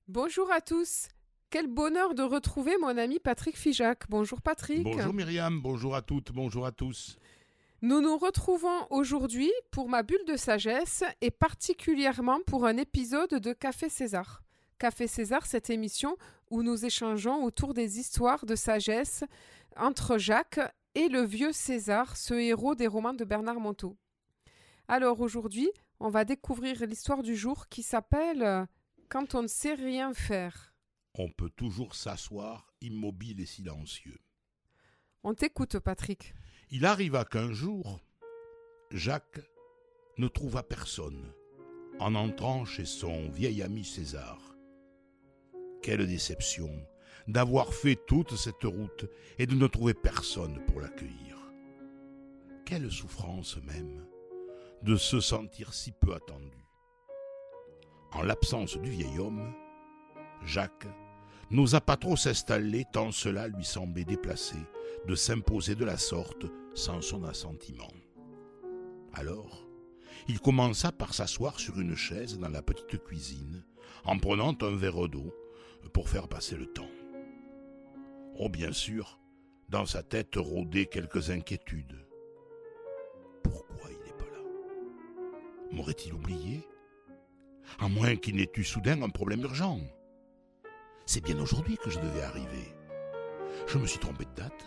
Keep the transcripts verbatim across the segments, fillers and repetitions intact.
Bonjour à tous. Quel bonheur de retrouver mon ami Patrick Figeac. Bonjour Patrick. Bonjour Myriam, bonjour à toutes, bonjour à tous. Nous nous retrouvons aujourd'hui pour ma bulle de sagesse et particulièrement pour un épisode de Café César. Café César, cette émission où nous échangeons autour des histoires de sagesse entre Jacques et le vieux César, ce héros des romans de Bernard Monteau. Alors aujourd'hui, on va découvrir l'histoire du jour qui s'appelle « Quand on ne sait rien faire ». On peut toujours s'asseoir immobile et silencieux. On t'écoute, Patrick. Il arriva qu'un jour, Jacques ne trouva personne en entrant chez son vieil ami César. Quelle déception d'avoir fait toute cette route et de ne trouver personne pour l'accueillir. Quelle souffrance même de se sentir si peu attendu. En l'absence du vieil homme, Jacques n'osa pas trop s'installer tant cela lui semblait déplacé de s'imposer de la sorte sans son assentiment. Alors, il commença par s'asseoir sur une chaise dans la petite cuisine, en prenant un verre d'eau pour faire passer le temps. Oh, bien sûr, dans sa tête rôdaient quelques inquiétudes. Pourquoi il n'est pas là? M'aurait-il oublié? À moins qu'il n'ait eu soudain un problème urgent. C'est bien aujourd'hui que je devais arriver. Je me suis trompé de date.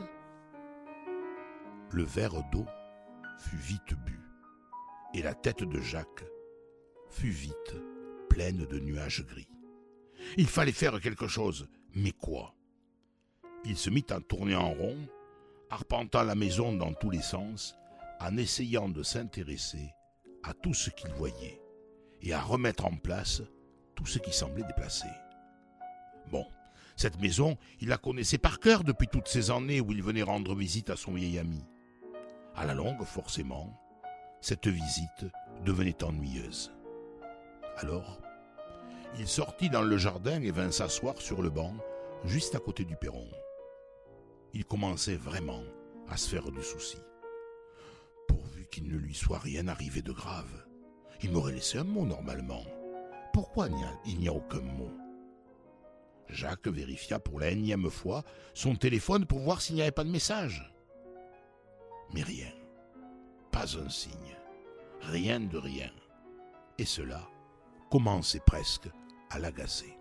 Le verre d'eau fut vite bu, et la tête de Jacques fut vite pleine de nuages gris. Il fallait faire quelque chose, mais quoi? Il se mit à tourner en rond, arpentant la maison dans tous les sens, en essayant de s'intéresser à tout ce qu'il voyait et à remettre en place tout ce qui semblait déplacé. Bon, cette maison, il la connaissait par cœur depuis toutes ces années où il venait rendre visite à son vieil ami. À la longue, forcément, cette visite devenait ennuyeuse. Alors, il sortit dans le jardin et vint s'asseoir sur le banc, juste à côté du perron. Il commençait vraiment à se faire du souci. Pourvu qu'il ne lui soit rien arrivé de grave. Il m'aurait laissé un mot normalement. Pourquoi il n'y a, il n'y a aucun mot? Jacques vérifia pour la énième fois son téléphone pour voir s'il n'y avait pas de message. Mais rien, pas un signe, rien de rien. Et cela commençait presque à l'agacer.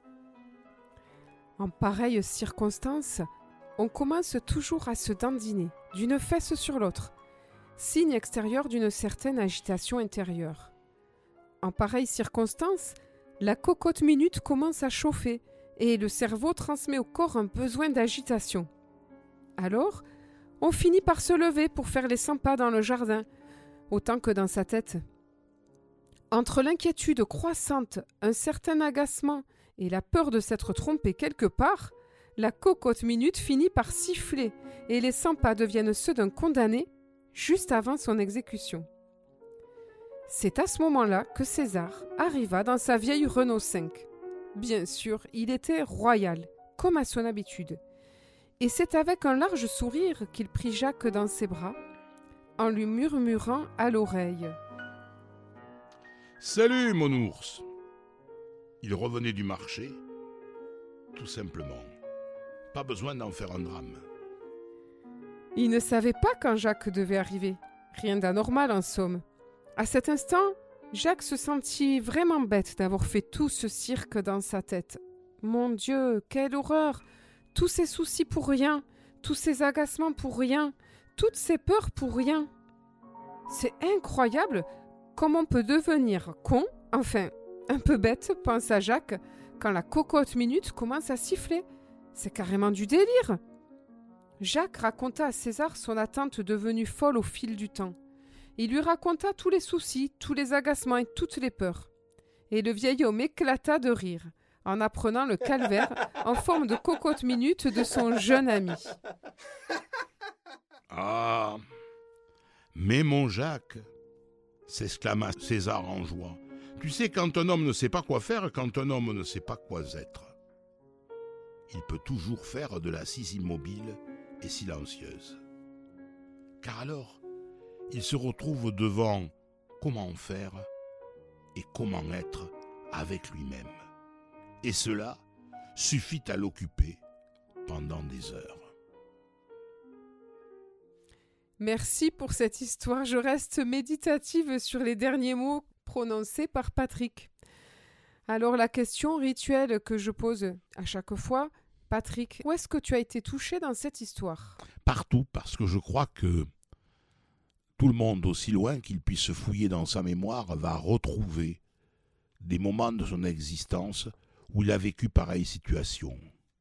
En pareille circonstance, on commence toujours à se dandiner, d'une fesse sur l'autre, signe extérieur d'une certaine agitation intérieure. En pareille circonstance, la cocotte minute commence à chauffer et le cerveau transmet au corps un besoin d'agitation. Alors, on finit par se lever pour faire les cent pas dans le jardin, autant que dans sa tête. Entre l'inquiétude croissante, un certain agacement et la peur de s'être trompé quelque part, la cocotte minute finit par siffler et les cent pas deviennent ceux d'un condamné juste avant son exécution. C'est à ce moment-là que César arriva dans sa vieille Renault cinq. Bien sûr, il était royal, comme à son habitude. Et c'est avec un large sourire qu'il prit Jacques dans ses bras, en lui murmurant à l'oreille. « Salut, mon ours !» Il revenait du marché, tout simplement. Pas besoin d'en faire un drame. Il ne savait pas quand Jacques devait arriver. Rien d'anormal, en somme. À cet instant, Jacques se sentit vraiment bête d'avoir fait tout ce cirque dans sa tête. Mon Dieu, quelle horreur! Tous ces soucis pour rien, tous ces agacements pour rien, toutes ces peurs pour rien. C'est incroyable comme on peut devenir con, enfin, un peu bête, pensa Jacques, quand la cocotte minute commence à siffler. C'est carrément du délire. Jacques raconta à César son attente devenue folle au fil du temps. Il lui raconta tous les soucis, tous les agacements et toutes les peurs. Et le vieil homme éclata de rire, en apprenant le calvaire en forme de cocotte minute de son jeune ami. « Ah, mais mon Jacques !» s'exclama César en joie. « Tu sais, quand un homme ne sait pas quoi faire, quand un homme ne sait pas quoi être, il peut toujours faire de l'assise immobile et silencieuse. Car alors, il se retrouve devant comment faire et comment être avec lui-même. Et cela suffit à l'occuper pendant des heures. Merci pour cette histoire. Je reste méditative sur les derniers mots prononcés par Patrick. Alors la question rituelle que je pose à chaque fois, Patrick, où est-ce que tu as été touché dans cette histoire ? Partout, parce que je crois que tout le monde, aussi loin qu'il puisse fouiller dans sa mémoire, va retrouver des moments de son existence où il a vécu pareille situation.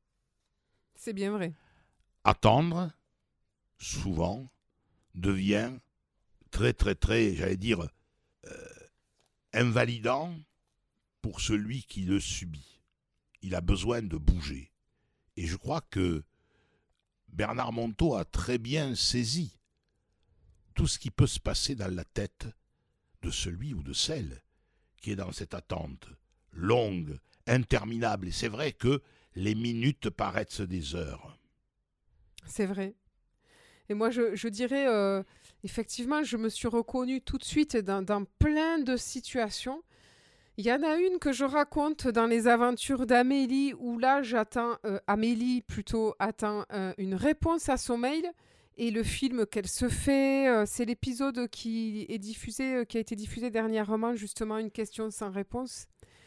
C'est bien vrai. Attendre, souvent, devient très, très, très, j'allais dire, euh, invalidant pour celui qui le subit. Il a besoin de bouger. Et je crois que Bernard Monteau a très bien saisi tout ce qui peut se passer dans la tête de celui ou de celle qui est dans cette attente longue, interminable. Et c'est vrai que les minutes paraissent des heures. C'est vrai. Et moi, je, je dirais, euh, effectivement, je me suis reconnue tout de suite dans, dans plein de situations. Il y en a une que je raconte dans les aventures d'Amélie, où là, j'attends, euh, Amélie plutôt attend euh, une réponse à son mail. Et le film qu'elle se fait, euh, c'est l'épisode qui est diffusé, euh, qui a été diffusé dernièrement, justement, une question sans réponse.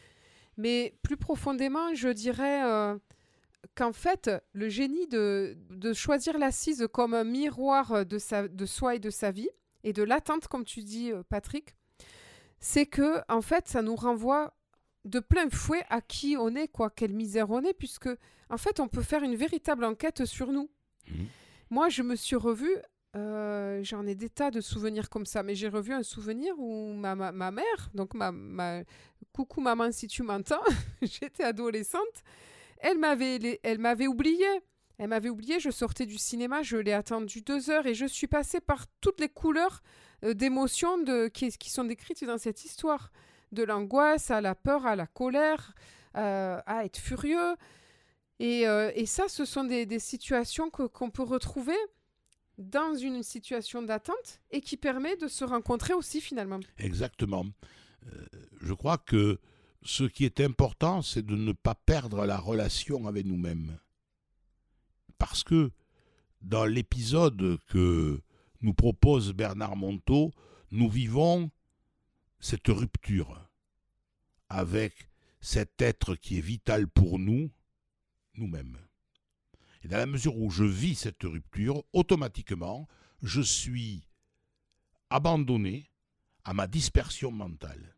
Mais plus profondément, je dirais euh, qu'en fait, le génie de, de choisir l'assise comme un miroir de, sa, de soi et de sa vie, et de l'attente, comme tu dis, Patrick, c'est que, en fait, ça nous renvoie de plein fouet à qui on est, quoi, quelle misère on est, puisque, en fait, on peut faire une véritable enquête sur nous. Mmh. Moi, je me suis revue, euh, j'en ai des tas de souvenirs comme ça, mais j'ai revu un souvenir où ma, ma, ma mère, donc ma, ma... coucou maman si tu m'entends, j'étais adolescente, elle m'avait, elle m'avait oubliée. Elle m'avait oubliée, je sortais du cinéma, je l'ai attendue deux heures et je suis passée par toutes les couleurs euh, d'émotions de, qui, qui sont décrites dans cette histoire. De l'angoisse à la peur, à la colère, euh, à être furieux. Et, euh, et ça, ce sont des, des situations que, qu'on peut retrouver dans une situation d'attente et qui permet de se rencontrer aussi finalement. Exactement. Euh, je crois que ce qui est important, c'est de ne pas perdre la relation avec nous-mêmes. Parce que dans l'épisode que nous propose Bernard Monteau, nous vivons cette rupture avec cet être qui est vital pour nous, nous-mêmes. Et dans la mesure où je vis cette rupture, automatiquement, je suis abandonné à ma dispersion mentale.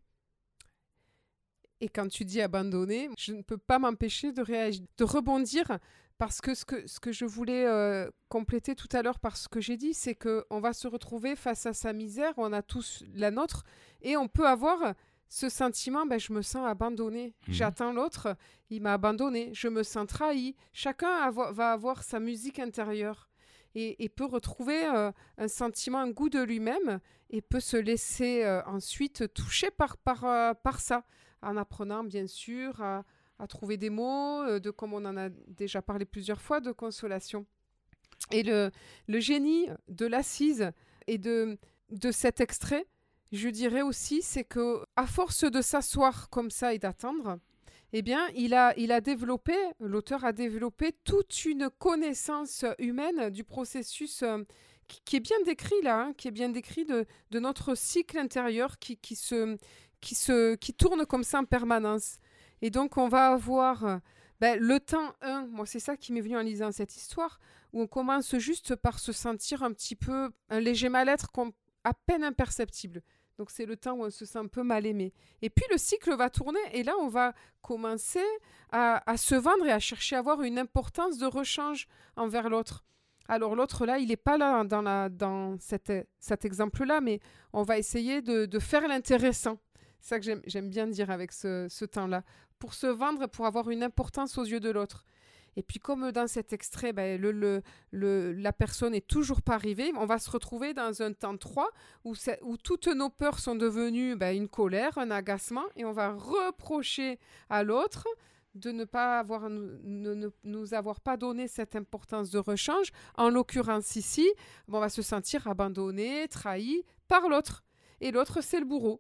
Et quand tu dis abandonné, je ne peux pas m'empêcher de réagir, de rebondir, parce que ce que, ce que je voulais euh, compléter tout à l'heure par ce que j'ai dit, c'est qu'on va se retrouver face à sa misère, on a tous la nôtre, et on peut avoir ce sentiment, ben, je me sens abandonné, mmh. J'attends l'autre, il m'a abandonné, je me sens trahi. Chacun avo- va avoir sa musique intérieure et, et peut retrouver euh, un sentiment, un goût de lui-même, et peut se laisser euh, ensuite toucher par, par, euh, par ça, en apprenant bien sûr à, à trouver des mots, euh, de, comme on en a déjà parlé plusieurs fois, de consolation. Et le, le génie de l'assise et de, de cet extrait, je dirais aussi, c'est qu'à force de s'asseoir comme ça et d'attendre, eh bien, il a, il a développé, l'auteur a développé toute une connaissance humaine du processus euh, qui, qui est bien décrit là, hein, qui est bien décrit de, de notre cycle intérieur qui, qui, se, qui, se, qui tourne comme ça en permanence. Et donc, on va avoir euh, ben, le temps un, moi c'est ça qui m'est venu en lisant cette histoire, où on commence juste par se sentir un petit peu, un léger mal-être à peine imperceptible. Donc, c'est le temps où on se sent un peu mal aimé. Et puis, le cycle va tourner et là, on va commencer à, à se vendre et à chercher à avoir une importance de rechange envers l'autre. Alors, l'autre, là, il n'est pas là dans, la, dans cette, cet exemple-là, mais on va essayer de, de faire l'intéressant. C'est ça que j'aime, j'aime bien dire avec ce, ce temps-là. Pour se vendre, pour avoir une importance aux yeux de l'autre. Et puis, comme dans cet extrait, ben, le, le, le, la personne n'est toujours pas arrivée, on va se retrouver dans un temps trois où, où toutes nos peurs sont devenues ben, une colère, un agacement, et on va reprocher à l'autre de ne pas avoir, ne, ne, nous avoir pas donné cette importance de rechange. En l'occurrence ici, on va se sentir abandonné, trahi par l'autre. Et l'autre, c'est le bourreau.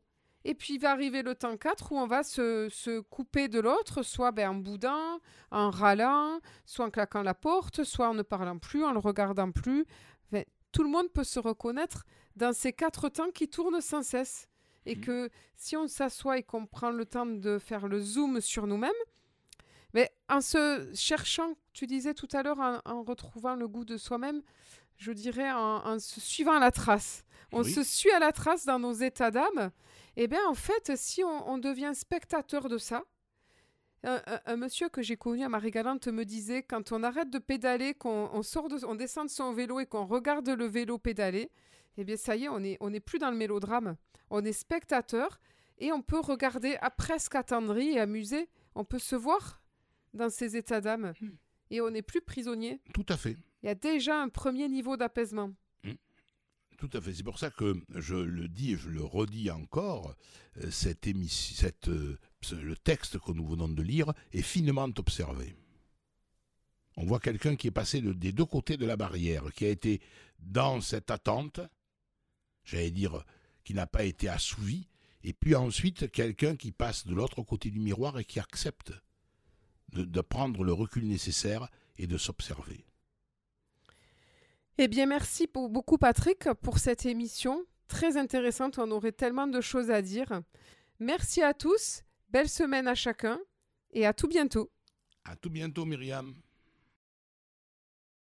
Et puis, il va arriver le temps quatre où on va se, se couper de l'autre, soit ben, en boudant, en râlant, soit en claquant la porte, soit en ne parlant plus, en le regardant plus. Enfin, tout le monde peut se reconnaître dans ces quatre temps qui tournent sans cesse. Et mmh. que si on s'assoit et qu'on prend le temps de faire le zoom sur nous-mêmes, mais en se cherchant, tu disais tout à l'heure, en, en retrouvant le goût de soi-même, je dirais en, en se suivant à la trace. On oui. se suit à la trace dans nos états d'âme. Eh bien, en fait, si on, on devient spectateur de ça, un, un, un monsieur que j'ai connu à Marie-Galante me disait, quand on arrête de pédaler, qu'on on sort de, on descend de son vélo et qu'on regarde le vélo pédaler, eh bien, ça y est, on n'est on est plus dans le mélodrame. On est spectateur et on peut regarder à presque attendri et amusé. On peut se voir dans ces états d'âme mmh. et on n'est plus prisonnier. Tout à fait. Il y a déjà un premier niveau d'apaisement. Mmh. Tout à fait. C'est pour ça que je le dis et je le redis encore, cette émission, cette, euh, le texte que nous venons de lire est finement observé. On voit quelqu'un qui est passé de, des deux côtés de la barrière, qui a été dans cette attente, j'allais dire, qui n'a pas été assouvi, et puis ensuite quelqu'un qui passe de l'autre côté du miroir et qui accepte de, de prendre le recul nécessaire et de s'observer. Eh bien, merci pour, beaucoup Patrick pour cette émission très intéressante. On aurait tellement de choses à dire. Merci à tous, belle semaine à chacun et à tout bientôt. À tout bientôt Myriam.